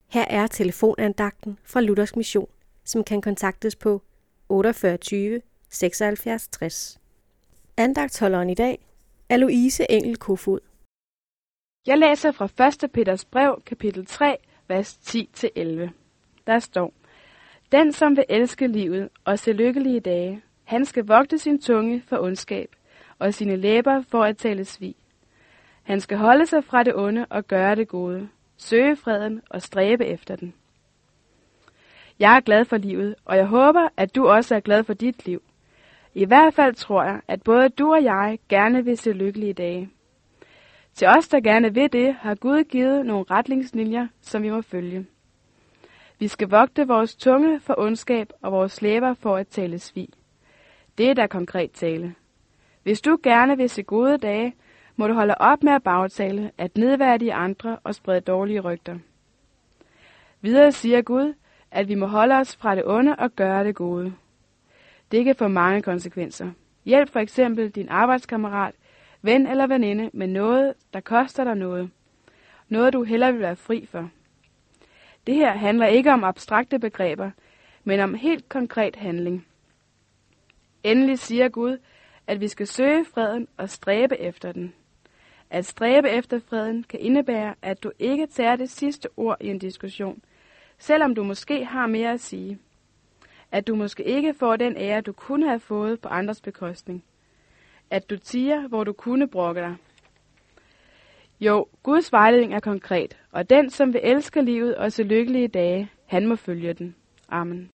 Her er telefonandagten fra Luthersk Mission, som kan kontaktes på 48 76 60. Andagtholderen i dag er Louise Engel Kofod. Jeg læser fra 1. Peters brev, kapitel 3, vers 10-11. Der står: Den, som vil elske livet og se lykkelige dage, han skal vogte sin tunge for ondskab, og sine læber for at tale svig. Han skal holde sig fra det onde og gøre det gode, søge freden og stræbe efter den. Jeg er glad for livet, og jeg håber, at du også er glad for dit liv. I hvert fald tror jeg, at både du og jeg gerne vil se lykkelige dage. Til os, der gerne vil det, har Gud givet nogle retningslinjer, som vi må følge. Vi skal vogte vores tunge for ondskab og vores læber for at tale svig. Det er da konkret tale. Hvis du gerne vil se gode dage, må du holde op med at bagtale, at nedværdige andre og sprede dårlige rygter. Videre siger Gud, at vi må holde os fra det onde og gøre det gode. Det kan få mange konsekvenser. Hjælp for eksempel din arbejdskammerat, ven eller veninde med noget, der koster dig noget. Noget, du hellere vil være fri for. Det her handler ikke om abstrakte begreber, men om helt konkret handling. Endelig siger Gud, at vi skal søge freden og stræbe efter den. At stræbe efter freden kan indebære, at du ikke tager det sidste ord i en diskussion, selvom du måske har mere at sige. At du måske ikke får den ære, du kunne have fået på andres bekostning. At du tier, hvor du kunne brokke dig. Jo, Guds vejledning er konkret, og den, som vil elske livet og se lykkelige dage, han må følge den. Amen.